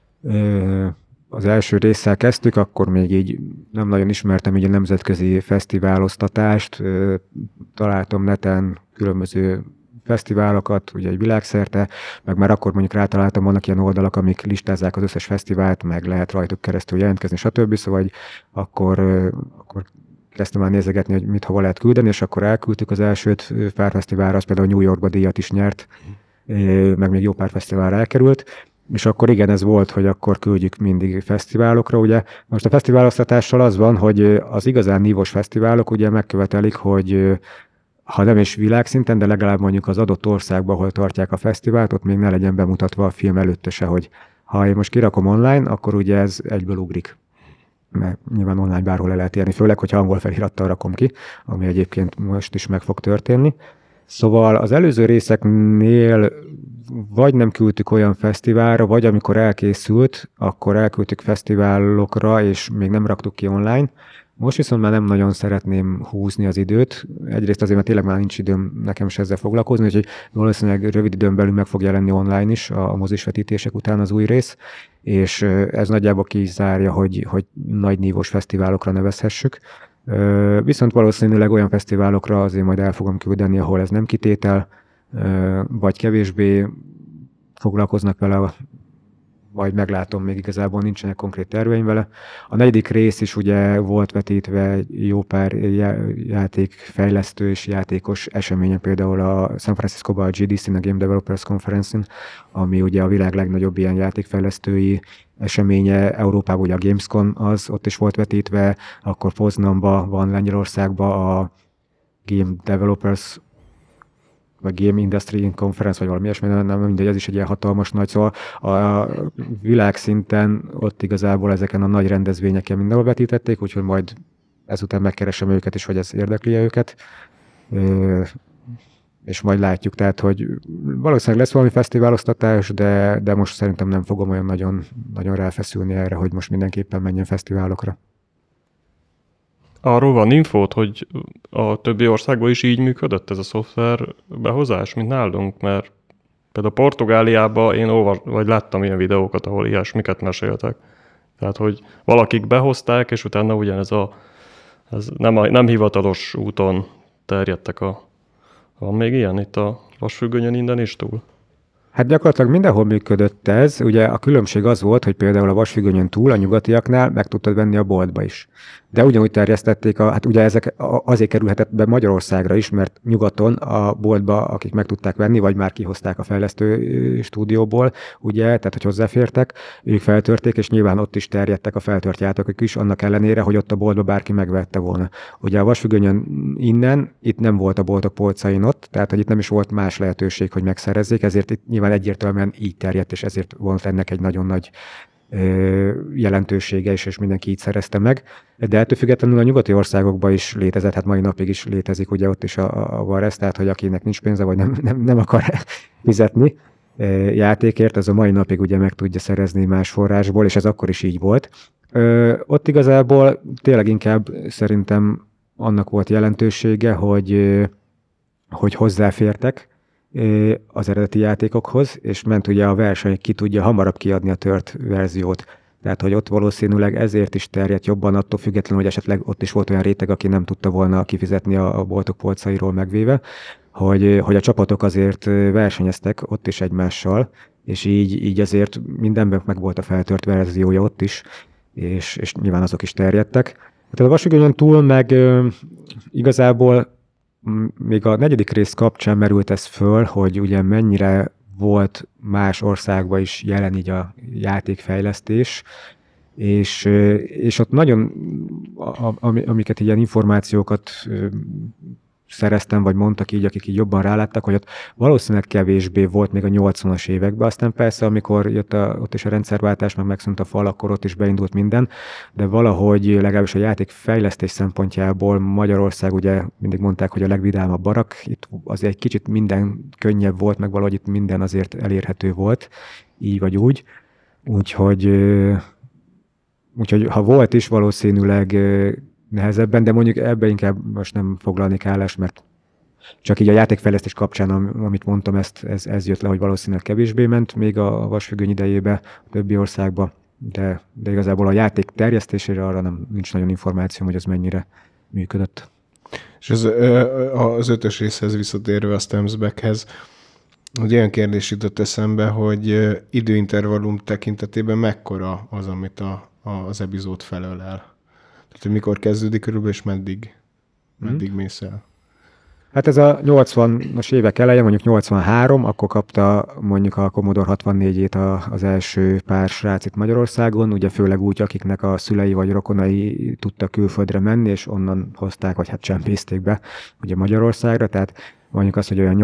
az első résszel kezdtük, akkor még így nem nagyon ismertem így a nemzetközi fesztiváloztatást. Találtam neten különböző fesztiválokat, ugye egy világszerte, meg már akkor mondjuk rátaláltam, vannak ilyen oldalak, amik listázzák az összes fesztivált, meg lehet rajtuk keresztül jelentkezni, stb. Szóval akkor kezdtem már nézegetni, hogy mit hova lehet küldeni, és akkor elküldtük az elsőt pár fesztiválra, az például New Yorkba díjat is nyert, meg még jó pár fesztiválra elkerült, és akkor igen, ez volt, hogy akkor küldjük mindig fesztiválokra, ugye. Most a fesztiváloztatással az van, hogy az igazán nívós fesztiválok ugye megkövetelik, hogy ha nem is világszinten, de legalább mondjuk az adott országban, ahol tartják a fesztivált, ott még ne legyen bemutatva a film előtte se, hogy ha én most kirakom online, akkor ugye ez egyből ugrik. Mert nyilván online bárhol le lehet érni, főleg, hogyha angol felirattal rakom ki, ami egyébként most is meg fog történni. Szóval az előző részeknél vagy nem küldtük olyan fesztiválra, vagy amikor elkészült, akkor elküldtük fesztiválokra, és még nem raktuk ki online. Most viszont már nem nagyon szeretném húzni az időt. Egyrészt azért, mert tényleg már nincs időm nekem se ezzel foglalkozni, úgyhogy valószínűleg rövid időn belül meg fog jelenni online is a mozisvetítések után az új rész, és ez nagyjából ki is zárja, hogy nagy nívós fesztiválokra nevezhessük. Viszont valószínűleg olyan fesztiválokra azért majd el fogom küldeni, ahol ez nem kitétel, vagy kevésbé foglalkoznak vele, vagy meglátom, még igazából nincsenek konkrét terveim vele. A 4. rész is ugye volt vetítve jó pár játékfejlesztő és játékos eseményen, például a San Francisco-ban a GDC-n, a Game Developers Conference-en, ami ugye a világ legnagyobb ilyen játékfejlesztői eseménye, Európában ugye a Gamescom az, ott is volt vetítve, akkor Poznanban van Lengyelországban a Game Developers vagy Game Industry Conference, vagy valami ilyesmi, nem mindegy, ez is egy ilyen hatalmas nagy, szóval a világszinten ott igazából ezeken a nagy rendezvényeken mindenhol vetítették, úgyhogy majd ezután megkeresem őket is, hogy ez érdekli őket, és majd látjuk, tehát, hogy valószínűleg lesz valami fesztiváloztatás, de most szerintem nem fogom olyan nagyon, nagyon ráfeszülni erre, hogy most mindenképpen menjen fesztiválokra.
Arról van infót, hogy a többi országban is így működött ez a szoftver behozás, mint nálunk, mert például Portugáliában én vagy láttam ilyen videókat, ahol ilyesmiket meséltek. Tehát, hogy valakik behozták, és utána ugyanez ez nem hivatalos úton terjedtek Van még ilyen itt a vasfüggönyön innen is túl?
Hát gyakorlatilag mindenhol működött ez. Ugye a különbség az volt, hogy például a vasfüggönyön túl a nyugatiaknál meg tudtad venni a boltba is. De ugyanúgy terjesztették, hát ugye ezek azért kerülhetett be Magyarországra is, mert nyugaton a boltba, akik meg tudták venni, vagy már kihozták a fejlesztő stúdióból, ugye, tehát hogy hozzáfértek, ők feltörték, és nyilván ott is terjedtek a feltört játékok is, annak ellenére, hogy ott a boltba bárki megvette volna. Ugye a vasfüggönyön innen, itt nem volt a boltok polcain ott, tehát hogy itt nem is volt más lehetőség, hogy megszerezzék, ezért itt nyilván egyértelműen így terjedt, és ezért volt ennek egy nagyon nagy jelentősége is, és mindenki így szerezte meg. De ettől függetlenül a nyugati országokban is létezett, hát mai napig is létezik, ugye ott is a Varez, tehát hogy akinek nincs pénze, vagy nem akar fizetni játékért, az a mai napig ugye meg tudja szerezni más forrásból, és ez akkor is így volt. Ott igazából tényleg inkább szerintem annak volt jelentősége, hogy hozzáfértek az eredeti játékokhoz, és ment ugye a verseny, ki tudja hamarabb kiadni a tört verziót. Tehát, hogy ott valószínűleg ezért is terjedt jobban, attól függetlenül, hogy esetleg ott is volt olyan réteg, aki nem tudta volna kifizetni a boltok polcairól megvéve, hogy a csapatok azért versenyeztek ott is egymással, és így azért mindenben meg volt a feltört verziója ott is, és nyilván azok is terjedtek. Tehát a vasfüggönyön túl meg igazából még a 4. rész kapcsán merült ez föl, hogy ugye mennyire volt más országban is jelen így a játékfejlesztés, és ott nagyon, amiket ilyen információkat szereztem, vagy mondtak így, akik így jobban ráláttak, hogy ott valószínűleg kevésbé volt még a 80-as években. Aztán persze, amikor jött ott is a rendszerváltás, meg megszűnt a fal, akkor ott is beindult minden, de valahogy legalábbis a játékfejlesztés szempontjából Magyarország ugye mindig mondták, hogy a legvidámabb barak, itt azért egy kicsit minden könnyebb volt, meg valahogy itt minden azért elérhető volt, így vagy úgy. Úgyhogy Úgyhogy ha volt is, valószínűleg nehezebben, de mondjuk ebbe inkább most nem foglalnék állást, mert csak így a játékfejlesztés kapcsán, amit mondtam, ez jött le, hogy valószínűleg kevésbé ment még a vasfüggöny idejébe a többi országba, de igazából a játék terjesztésére arra nincs nagyon információm, hogy az mennyire működött.
És az 5-ös részhez visszatérve a Stems Backhez, hogy olyan kérdés jutott eszembe, hogy időintervallum tekintetében mekkora az, amit az epizód felölel. Tehát, hogy mikor kezdődik körülbelül, és meddig mész el.
Hát ez a 80-as évek eleje, mondjuk 83, akkor kapta mondjuk a Commodore 64-ét az első pár srác itt Magyarországon, ugye főleg úgy, akiknek a szülei vagy rokonai tudtak külföldre menni, és onnan hozták, vagy hát csempészték be ugye Magyarországra, tehát mondjuk azt, hogy olyan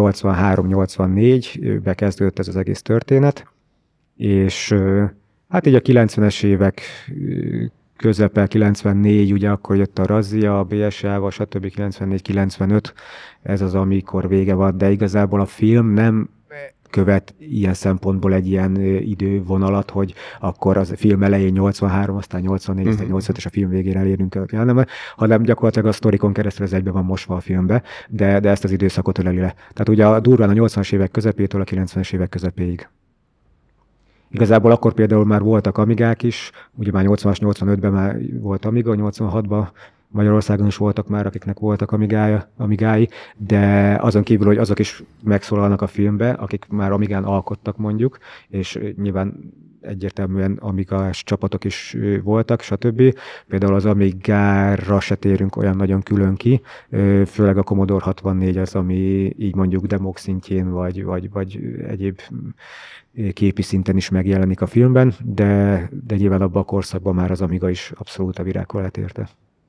83-84 bekezdődött ez az egész történet, és hát így a 90-es évek közepe, 94, ugye akkor jött a razzia, a BSA-val, stb. 94-95, ez az, amikor vége van, de igazából a film nem követ ilyen szempontból egy ilyen idővonalat, hogy akkor az a film elején 83, aztán 84, aztán 85, és a film végére elérünk el, hanem gyakorlatilag a sztorikon keresztül ez egybe van mosva a filmbe, de ezt az időszakot öleli le. Tehát ugye durván a 80-as évek közepétől a 90-es évek közepéig. Igazából akkor például már voltak Amigák is, ugye már 80-as, 85-ben már volt Amiga, 86-ban Magyarországon is voltak már, akiknek voltak Amigái, de azon kívül, hogy azok is megszólalnak a filmbe, akik már Amigán alkottak mondjuk, és nyilván egyértelműen Amigás csapatok is voltak, stb. Például az Amigára se térünk olyan nagyon külön ki, főleg a Commodore 64 az, ami így mondjuk demók szintjén, vagy egyéb képi szinten is megjelenik a filmben, de nyilván abban a korszakban már az Amiga is abszolút a virágkorát érte.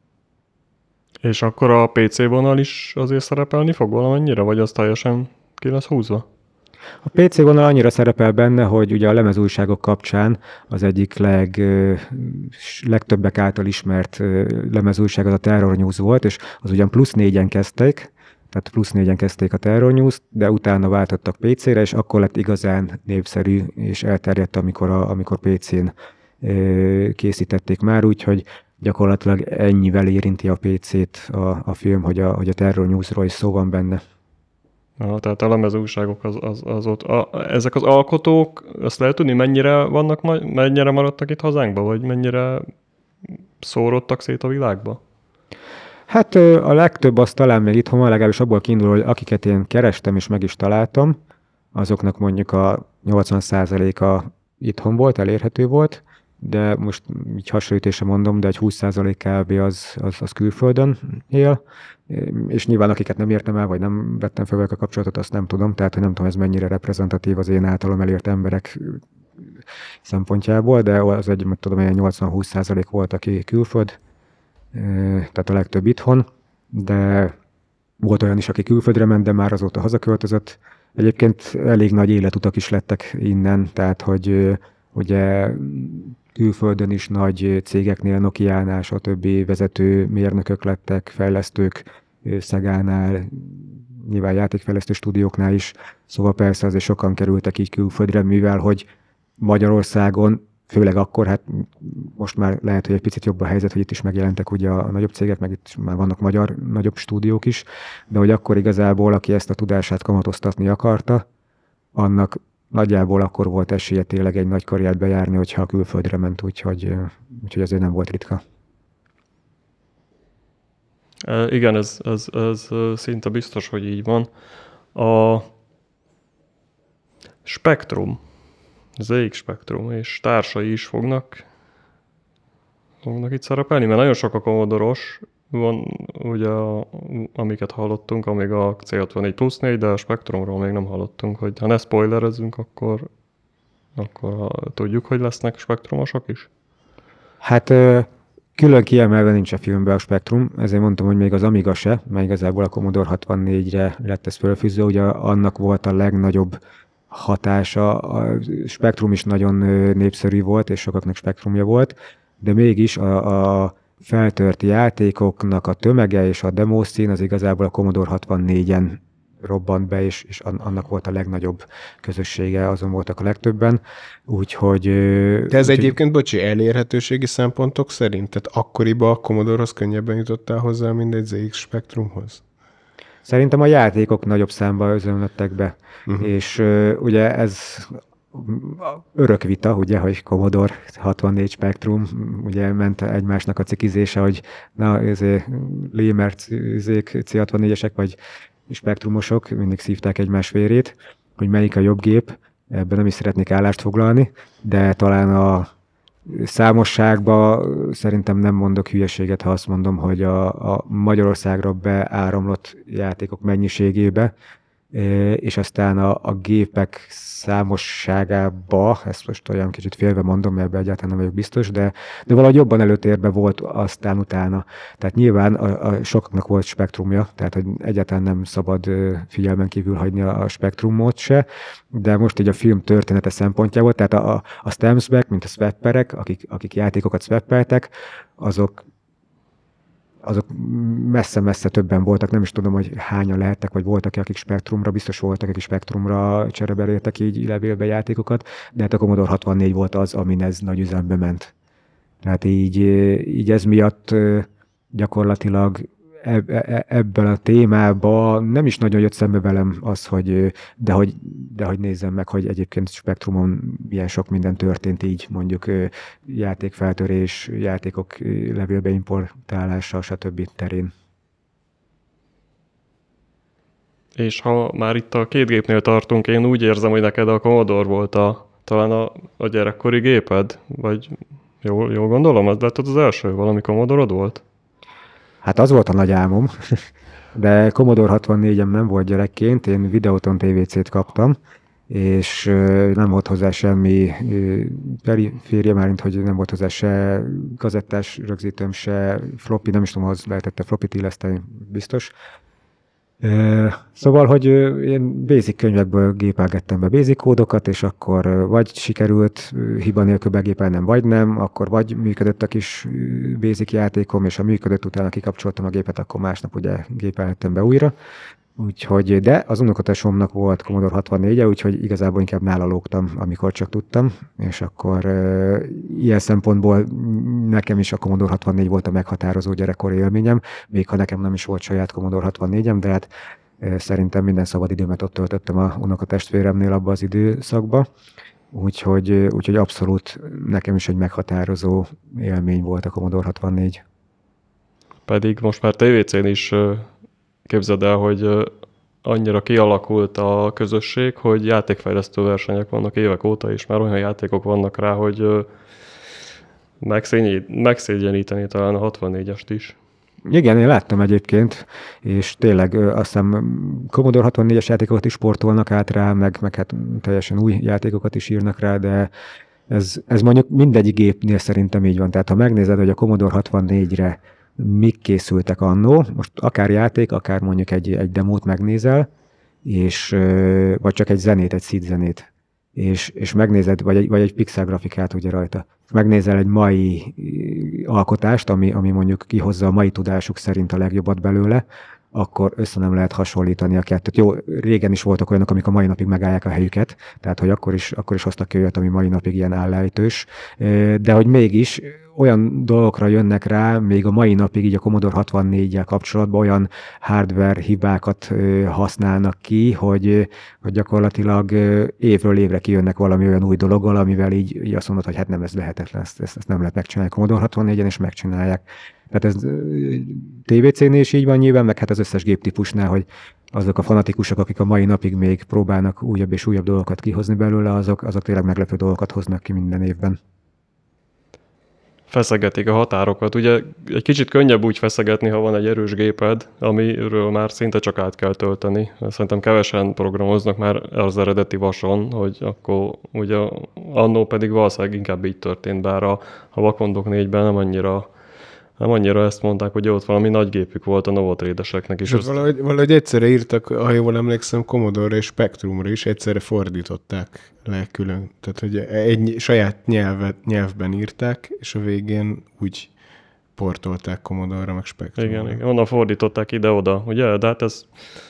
És akkor a PC vonal is azért szerepelni fog valamennyire, vagy az teljesen ki lesz húzva?
A PC vonal annyira szerepel benne, hogy ugye a lemezújságok kapcsán az egyik legtöbbek által ismert lemezújság az a Terror News volt, és az ugyan +4-en kezdték, tehát +4-en kezdték a Terror News-t, de utána váltottak PC-re, és akkor lett igazán népszerű és elterjedt, amikor PC-n készítették már, úgyhogy gyakorlatilag ennyivel érinti a PC-t a film, hogy a Terror News-ról is szó van benne.
Tehát a lemezújságok az ott. Ezek az alkotók, azt lehet tudni, mennyire maradtak itt hazánkba, vagy mennyire szórodtak szét a világba?
Hát a legtöbb az talán még itthon van, legalábbis abból kiindul, hogy akiket én kerestem és meg is találtam, azoknak mondjuk a 80%-a itthon volt, elérhető volt, de most így hasonlítésre mondom, de egy 20% kb. Az külföldön él, és nyilván akiket nem értem el, vagy nem vettem fel a kapcsolatot, azt nem tudom, tehát hogy nem tudom, ez mennyire reprezentatív az én általam elért emberek szempontjából, de az egy, tudom, ilyen 80-20% volt, aki külföld, tehát a legtöbb itthon, de volt olyan is, aki külföldre ment, de már azóta hazaköltözött. Egyébként elég nagy életutak is lettek innen, tehát hogy ugye külföldön is nagy cégeknél, Nokiánál, stb. Vezető mérnökök lettek, fejlesztők, Szegánál, nyilván játékfejlesztő stúdióknál is, szóval persze azért sokan kerültek így külföldre, mivel hogy Magyarországon, főleg akkor, hát most már lehet, hogy egy picit jobb a helyzet, hogy itt is megjelentek ugye a nagyobb cégek, meg itt már vannak magyar nagyobb stúdiók is, de hogy akkor igazából, aki ezt a tudását kamatoztatni akarta, annak nagyjából akkor volt esélye tényleg egy nagy karriert bejárni, hogyha a külföldre ment, úgyhogy azért nem volt ritka.
Igen, ez szinte biztos, hogy így van. A Spectrum, ZX Spectrum és társai is fognak itt szerepelni, mert nagyon sok a Commodore-os van, ugye, amiket hallottunk, amíg a C64+4, de a Spectrumról még nem hallottunk, hogy ha ne spoilerezzünk, akkor tudjuk, hogy lesznek Spectrumosok is?
Hát külön kiemelve nincs a filmben a Spectrum, ezért mondtam, hogy még az Amiga se, mert igazából a Commodore 64-re lett ez fölfűzve, ugye annak volt a legnagyobb hatása, a Spectrum is nagyon népszerű volt, és sokaknak Spectrumja volt, de mégis a feltört játékoknak a tömege és a demószín az igazából a Commodore 64-en robbant be, és annak volt a legnagyobb közössége, azon voltak a legtöbben. Úgyhogy...
De ez egyébként, bocsi, elérhetőségi szempontok szerint? Tehát akkoriban a Commodore-hoz könnyebben jutottál hozzá, mint egy ZX Spectrumhoz?
Szerintem a játékok nagyobb számba özönlöttek be, és ugye ez örök vita, ugye, hogy Commodore 64 Spectrum, ugye ment egymásnak a cikizése, hogy na, Lémer C64-esek, vagy spektrumosok mindig szívták egymás vérét, hogy melyik a jobb gép, ebben nem is szeretnék állást foglalni, de talán a számosságban szerintem nem mondok hülyeséget, ha azt mondom, hogy a Magyarországra beáramlott játékok mennyiségébe, és aztán a gépek számosságába, ezt most olyan kicsit félve mondom, mert ebben egyáltalán nem vagyok biztos, de valahogy jobban előtérben volt aztán utána. Tehát nyilván a sokaknak volt spektrumja, tehát hogy egyáltalán nem szabad figyelmen kívül hagyni a spektrumot se, de most így a film története szempontjából, tehát a stemsback, mint a swapperek, akik játékokat swappeltek, azok messze-messze többen voltak, nem is tudom, hogy hányan lehettek, vagy voltak, akik Spektrumra, biztos voltak, akik Spektrumra csereberéltek így levélbe játékokat, de hát a Commodore 64 volt az, amin ez nagy üzembe ment. Tehát így ez miatt gyakorlatilag ebben a témában nem is nagyon jött szembe velem az, hogy de hogy nézzem meg, hogy egyébként Spektrumon milyen sok minden történt így, mondjuk játékfeltörés, játékok levélbe importálása, stb. Terén.
És ha már itt a két gépnél tartunk, én úgy érzem, hogy neked a Commodore volt talán a gyerekkori géped? Vagy jól gondolom, az lett az első, valami Commodore-od volt?
Hát az volt a nagy álmom, de Commodore 64-em nem volt gyerekként, én Videoton TVC-t kaptam, és nem volt hozzá semmi periféria, mármint hogy nem volt hozzá se kazettás rögzítőm, se floppy, nem is tudom, ahhoz lehetett floppy-t illeszteni, biztos. Szóval, hogy én basic könyvekből gépelgettem be basic kódokat, és akkor vagy sikerült hiba nélkül begépelnem, vagy nem, akkor vagy működött a kis basic játékom, és ha működött, utána kikapcsoltam a gépet, akkor másnap ugye gépelhettem be újra. Úgyhogy, de az unokatesomnak volt Commodore 64-e, úgyhogy igazából inkább nála lógtam, amikor csak tudtam, és akkor ilyen szempontból nekem is a Commodore 64 volt a meghatározó gyerekkori élményem, még ha nekem nem is volt saját Commodore 64-em, de hát szerintem minden szabad időmet ott töltöttem a unokatestvéremnél abban az időszakban, úgyhogy abszolút nekem is egy meghatározó élmény volt a Commodore 64.
Pedig most már TVC-n is képzeld el, hogy annyira kialakult a közösség, hogy játékfejlesztő versenyek vannak évek óta, és már olyan játékok vannak rá, hogy megszégyeníteni talán a 64-est is.
Igen, én láttam egyébként, és tényleg azt hiszem Commodore 64-es játékokat is portolnak át rá, meg hát teljesen új játékokat is írnak rá, de ez mondjuk mindegyik gépnél szerintem így van. Tehát ha megnézed, hogy a Commodore 64-re mik készültek annó, most akár játék, akár mondjuk egy demót megnézel, és, vagy csak egy zenét, egy seed zenét, és megnézed, vagy egy pixel grafikát ugye rajta, megnézel egy mai alkotást, ami mondjuk kihozza a mai tudásuk szerint a legjobbat belőle, akkor össze nem lehet hasonlítani a kettőt. Jó, régen is voltak olyanok, amik a mai napig megállják a helyüket, tehát hogy akkor is hoztak ki olyat, ami mai napig ilyen állejtős, de hogy mégis olyan dolgokra jönnek rá, még a mai napig így a Commodore 64-jel kapcsolatban olyan hardware hibákat használnak ki, hogy gyakorlatilag évről évre kijönnek valami olyan új dologgal, amivel így azt mondod, hogy hát nem, ez lehetetlen, ezt nem lehet megcsinálni Commodore 64-en, és megcsinálják. Tehát ez TVC-nél is így van nyilván, meg hát az összes géptípusnál, hogy azok a fanatikusok, akik a mai napig még próbálnak újabb és újabb dolgokat kihozni belőle, azok tényleg meglepő dolgokat hoznak ki minden évben.
Feszegetik a határokat. Ugye egy kicsit könnyebb úgy feszegetni, ha van egy erős géped, amiről már szinte csak át kell tölteni. Szerintem kevesen programoznak már az eredeti vason, hogy akkor ugye annó pedig valószínűleg inkább így történt, bár a Vakondok 4-ben nem annyira ezt mondták, hogy ott valami nagy gépük volt a Novotrade-eseknek is.
Valahogy egyszerre írtak, ha jól emlékszem, Commodore és Spectrumra is egyszerre fordították le külön. Tehát, hogy egy saját nyelvben írták, és a végén úgy portolták Commodore-ra, meg Spectrumra.
Igen, onnan fordították ide-oda, ugye? De hát ez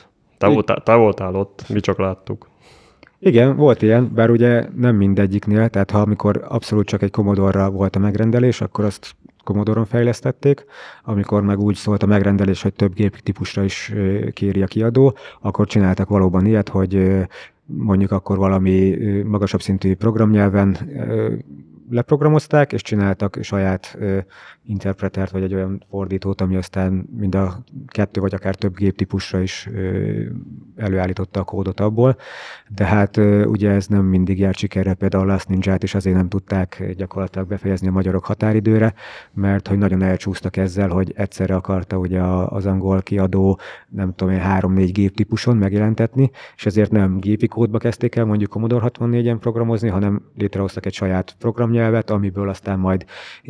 Te voltál ott, mi csak láttuk.
Igen, volt ilyen, bár ugye nem mindegyiknél, tehát ha amikor abszolút csak egy Commodore-ra volt a megrendelés, akkor azt Commodore-on fejlesztették, amikor meg úgy szólt a megrendelés, hogy több géptípusra is kéri a kiadó, akkor csináltak valóban ilyet, hogy mondjuk akkor valami magasabb szintű programnyelven leprogramozták, és csináltak saját interpretert, vagy egy olyan fordítót, ami aztán mind a 2 vagy akár több géptípusra is előállította a kódot abból. De hát ugye ez nem mindig járt sikerre, például a Last Ninját is azért nem tudták gyakorlatilag befejezni a magyarok határidőre, mert hogy nagyon elcsúsztak ezzel, hogy egyszerre akarta ugye az angol kiadó nem tudom én 3-4 géptípuson megjelentetni, és ezért nem gépi kódba kezdték el mondjuk Commodore 64-en programozni, hanem létrehoztak egy saját programnyelvet, amiből aztán majd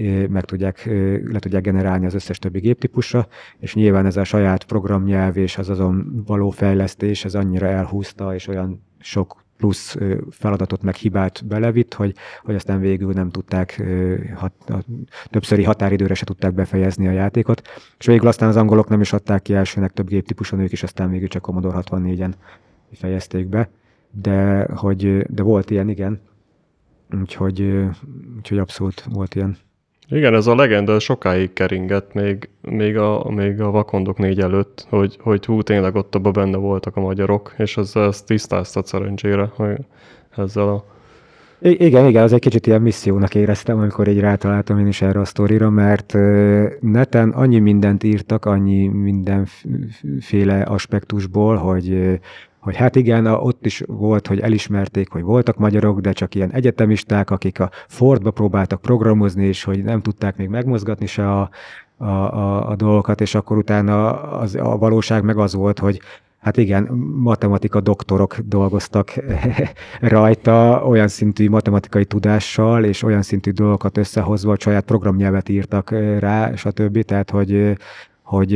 le tudják generálni az összes többi géptípusra, és nyilván ez a saját programnyelv és az azon való fejlesztés, ez annyira elhúzta, és olyan sok plusz feladatot meg hibát belevitt, hogy aztán végül nem tudták, többszöri határidőre se tudták befejezni a játékot, és végül aztán az angolok nem is adták ki elsőnek több géptípuson, ők is aztán végül csak Commodore 64-en fejezték be, de volt ilyen, igen, úgyhogy abszolút volt ilyen.
Igen, ez a legenda sokáig keringett, még a Vakondok 4 előtt, hogy hú, tényleg ott abban benne voltak a magyarok, és ezt tisztáztat szerencsére, hogy ezzel a...
Igen, az egy kicsit ilyen missziónak éreztem, amikor így rátaláltam én is erre a sztorira, mert neten annyi mindent írtak, annyi mindenféle aspektusból, hogy hát igen, ott is volt, hogy elismerték, hogy voltak magyarok, de csak ilyen egyetemisták, akik a Fordba próbáltak programozni, és hogy nem tudták még megmozgatni se a dolgokat, és akkor utána a valóság meg az volt, hogy hát igen, matematika doktorok dolgoztak rajta, olyan szintű matematikai tudással, és olyan szintű dolgokat összehozva, hogy saját programnyelvet írtak rá, stb. Tehát, hogy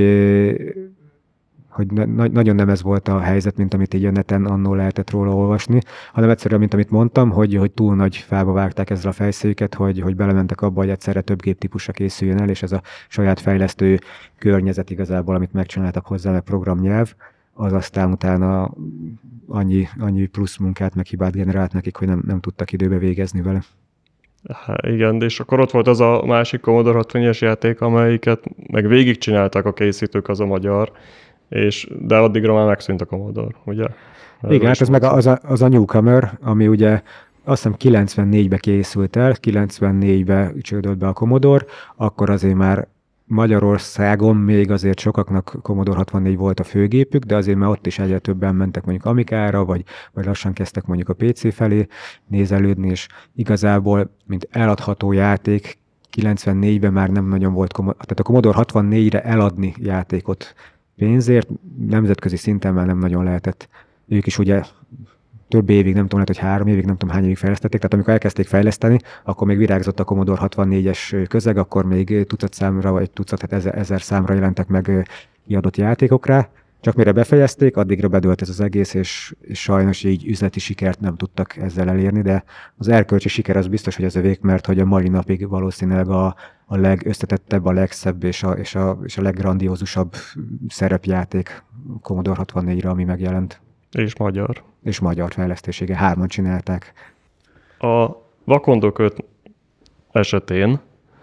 nagyon nem ez volt a helyzet, mint amit így a neten annól lehetett róla olvasni, hanem egyszerűen, mint amit mondtam, hogy túl nagy fába vágták ezzel a fejszéjüket, hogy belementek abba, hogy egyszerre több géptípusra készüljön el, és ez a saját fejlesztő környezet igazából, amit megcsináltak hozzá, meg programnyelv, az aztán utána annyi plusz munkát, meg hibát generált nekik, hogy nem tudtak időbe végezni vele.
Hát igen, és akkor ott volt az a másik Commodore 64-es játék, amelyiket meg végigcsinálták a készítők, az a magyar, de addigra már megszűnt a Commodore, ugye?
Igen, hát ez meg az a Newcomer, ami ugye azt hiszem 94-be készült el, 94-be csődölt be a Commodore, akkor azért már Magyarországon még azért sokaknak Commodore 64 volt a főgépük, de azért már ott is egyre többen mentek mondjuk Amigára, vagy lassan kezdtek mondjuk a PC felé nézelődni, és igazából, mint eladható játék, 94-ben már nem nagyon volt, tehát a Commodore 64-re eladni játékot pénzért nemzetközi szinten már nem nagyon lehetett. Ők is ugye több évig, nem tudom, lehet, hogy 3 évig, nem tudom hány évig fejlesztették, tehát amikor elkezdték fejleszteni, akkor még virágzott a Commodore 64-es közeg, akkor még tucat számra, vagy ezer számra jelentek meg kiadott játékok rá, csak mire befejezték, addigra bedőlt ez az egész, és sajnos így üzleti sikert nem tudtak ezzel elérni, de az erkölcsi siker az biztos, hogy az övék, mert hogy a mai napig valószínűleg a legösszetettebb, a legszebb és a leggrandiózusabb szerepjáték Commodore 64-re, ami megjelent. És magyar fejlesztésége. 3-an csinálták.
A Vakondok 5 esetén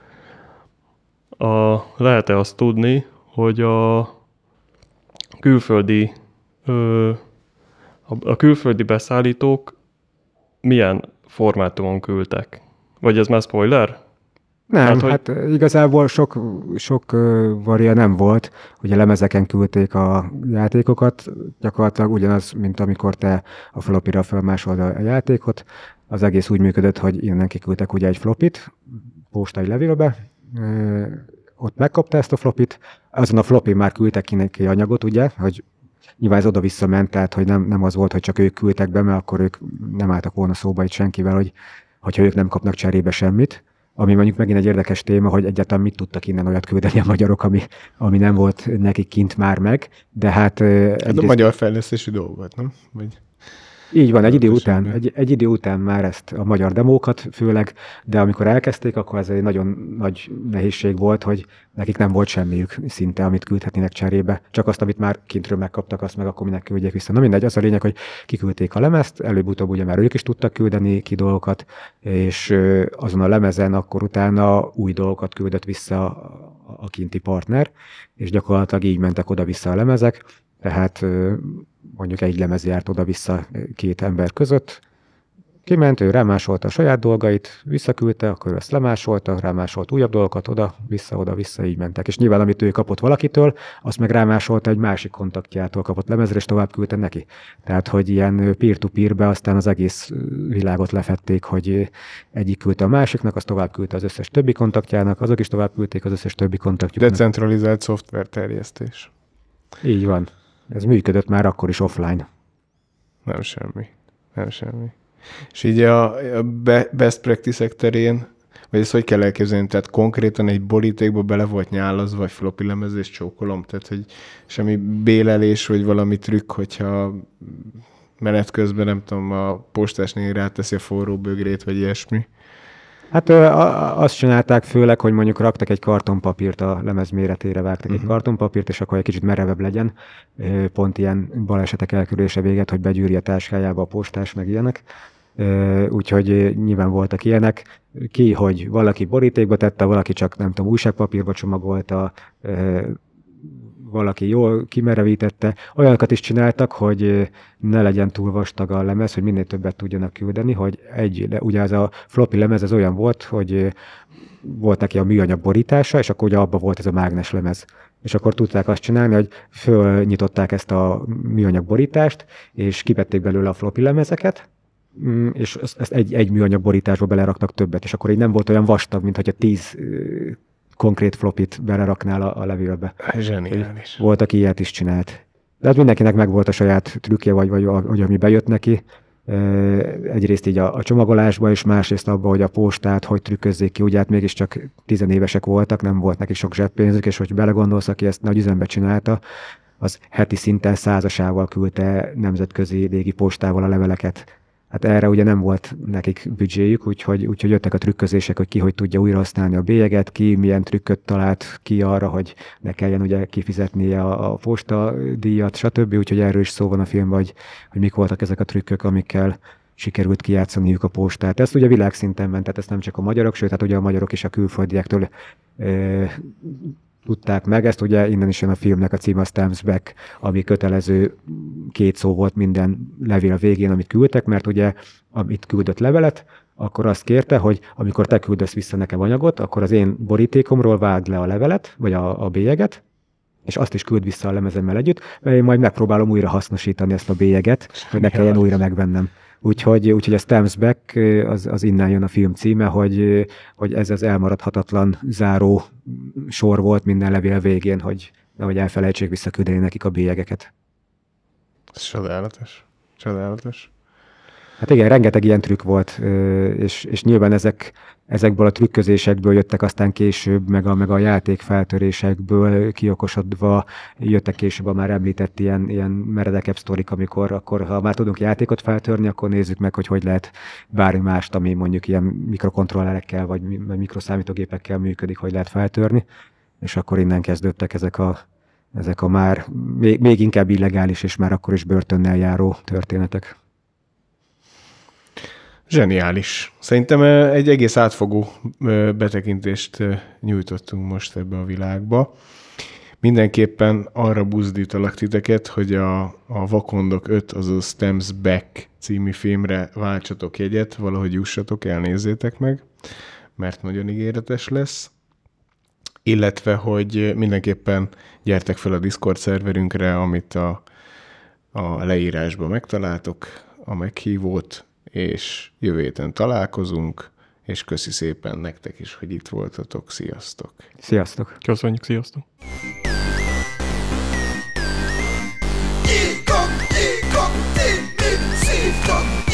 lehet-e azt tudni, hogy a külföldi beszállítók milyen formátumon küldtek? Vagy ez már spoiler?
Nem, hát igazából sok varia nem volt. Ugye lemezeken küldték a játékokat, gyakorlatilag ugyanaz, mint amikor te a floppyra felmásolod a játékot. Az egész úgy működött, hogy innen kiküldtek ugye egy floppyt, postai levélbe, ott megkapta ezt a floppyt, azon a floppy már küldtek ki neki anyagot, ugye, hogy nyilván ez oda-vissza ment, tehát hogy nem az volt, hogy csak ők küldtek be, mert akkor ők nem álltak volna szóba itt senkivel, hogyha ők nem kapnak cserébe semmit. Ami mondjuk megint egy érdekes téma, hogy egyáltalán mit tudtak innen olyat küldeni a magyarok, ami nem volt nekik kint már meg, de hát...
Ez a magyar fejlesztési dolg volt, nem? Vagy...
Így van, egy idő után már ezt a magyar demókat főleg, de amikor elkezdték, akkor ez egy nagyon nagy nehézség volt, hogy nekik nem volt semmiük szinte, amit küldhetnének cserébe. Csak azt, amit már kintről megkaptak, azt meg akkor minek küldjék vissza. Na mindegy, az a lényeg, hogy kiküldték a lemezt, előbb-utóbb ugye már ők is tudtak küldeni ki dolgokat, és azon a lemezen akkor utána új dolgokat küldött vissza a kinti partner, és gyakorlatilag így mentek oda-vissza a lemezek, tehát mondjuk egy lemez járt oda-vissza két ember között, kiment, ő rámásolta a saját dolgait, visszaküldte, akkor ő ezt lemásolta, rámásolt újabb dolgokat, oda-vissza, így mentek. És nyilván, amit ő kapott valakitől, azt meg rámásolta egy másik kontaktjától kapott lemezre, és tovább küldte neki. Tehát, hogy ilyen peer-to-peerbe aztán az egész világot lefették, hogy egyik küldte a másiknak, az tovább küldte az összes többi kontaktjának, azok is tovább küldték az összes többi kontaktjuknak.
Decentralizált szoftverterjesztés.
Így van. Ez működött már akkor is offline.
Nem semmi. És így a best practice-ek terén, vagy ezt hogy kell elképzelni? Tehát konkrétan egy borítékba bele volt nyálazva, vagy floppy lemezés csókolom? Tehát, hogy semmi bélelés, vagy valami trükk, hogyha menet közben, nem tudom, a postásnél ráteszi a forró bögrét, vagy ilyesmi?
Hát azt csinálták főleg, hogy mondjuk raktak egy kartonpapírt a lemez méretére, vágtak egy kartonpapírt, és akkor egy kicsit merevebb legyen, pont ilyen balesetek elkerülése véget, hogy begyűrje a táskájába a postás, meg ilyenek. Úgyhogy nyilván voltak ilyenek. Ki, hogy valaki borítékba tette, valaki csak nem tudom, újságpapírba csomagolta, valaki jól kimerevítette. Olyanokat is csináltak, hogy ne legyen túl vastag a lemez, hogy minél többet tudjanak küldeni, hogy ugye ez a floppy lemez az olyan volt, hogy volt neki a műanyag borítása, és akkor ugye abban volt ez a mágnes lemez. És akkor tudták azt csinálni, hogy fölnyitották ezt a műanyag borítást, és kivették belőle a floppy lemezeket, és ezt egy műanyag borításba beleraktak többet, és akkor így nem volt olyan vastag, mint hogyha 10 konkrét flopit beleraknál a levélbe.
Zseniális.
Volt, aki ilyet is csinált. De hát mindenkinek megvolt a saját trükkje, vagy ami bejött neki. Egyrészt így a csomagolásba, és másrészt abban, hogy a postát hogy trükközzék ki. Ugye hát mégiscsak 10 évesek voltak, nem volt neki sok zseppénzük, és hogy belegondolsz, aki ezt nagy üzembe csinálta, az heti szinten 100-asával küldte nemzetközi légi postával a leveleket. Hát erre ugye nem volt nekik büdzséjük, úgyhogy jöttek a trükközések, hogy ki hogy tudja újra használni a bélyeget, ki milyen trükköt talált ki arra, hogy ne kelljen ugye kifizetnie a postadíjat, stb. Úgyhogy erről is szó van a filmben, hogy mik voltak ezek a trükkök, amikkel sikerült kijátszaniuk a postát. Ezt ugye világszinten ment, tehát ezt nem csak a magyarok, sőt, hát ugye a magyarok is a külföldiektől tudták meg. Ezt ugye innen is jön a filmnek a címe, a Stamps Back, ami kötelező 2 szó volt minden levél végén, amit küldtek, mert ugye amit küldött levelet, akkor azt kérte, hogy amikor te küldesz vissza nekem anyagot, akkor az én borítékomról vágd le a levelet, vagy a bélyeget, és azt is küld vissza a lemezemmel együtt, mert én majd megpróbálom újra hasznosítani ezt a bélyeget, hogy ne kelljen újra megvennem. Úgyhogy a Stamps Back az innen jön a film címe, hogy ez az elmaradhatatlan záró sor volt minden levél végén, hogy nehogy elfelejtsék visszaküldeni nekik a bélyegeket.
Ez csodálatos.
Hát igen, rengeteg ilyen trükk volt, és nyilván ezekből a trükközésekből jöttek aztán később, meg a játékfeltörésekből kiokosodva jöttek később a már említett ilyen meredekebb sztorik, amikor ha már tudunk játékot feltörni, akkor nézzük meg, hogy lehet bármi mást, ami mondjuk ilyen mikrokontrollerekkel vagy mikroszámítógépekkel működik, hogy lehet feltörni, és akkor innen kezdődtek ezek a már még inkább illegális, és már akkor is börtönnel járó történetek.
Zseniális. Szerintem egy egész átfogó betekintést nyújtottunk most ebbe a világba. Mindenképpen arra buzdítalak titeket, hogy a Vakondok 5, azaz Stamps Back című filmre váltsatok jegyet, valahogy jussatok, elnézzétek meg, mert nagyon ígéretes lesz. Illetve, hogy mindenképpen gyertek fel a Discord szerverünkre, amit a leírásban megtaláltok, a meghívót, és jövő héten találkozunk, és köszi szépen nektek is, hogy itt voltatok. Sziasztok!
Sziasztok!
Köszönjük, sziasztok!
Gyíkok, ti mit szívtok?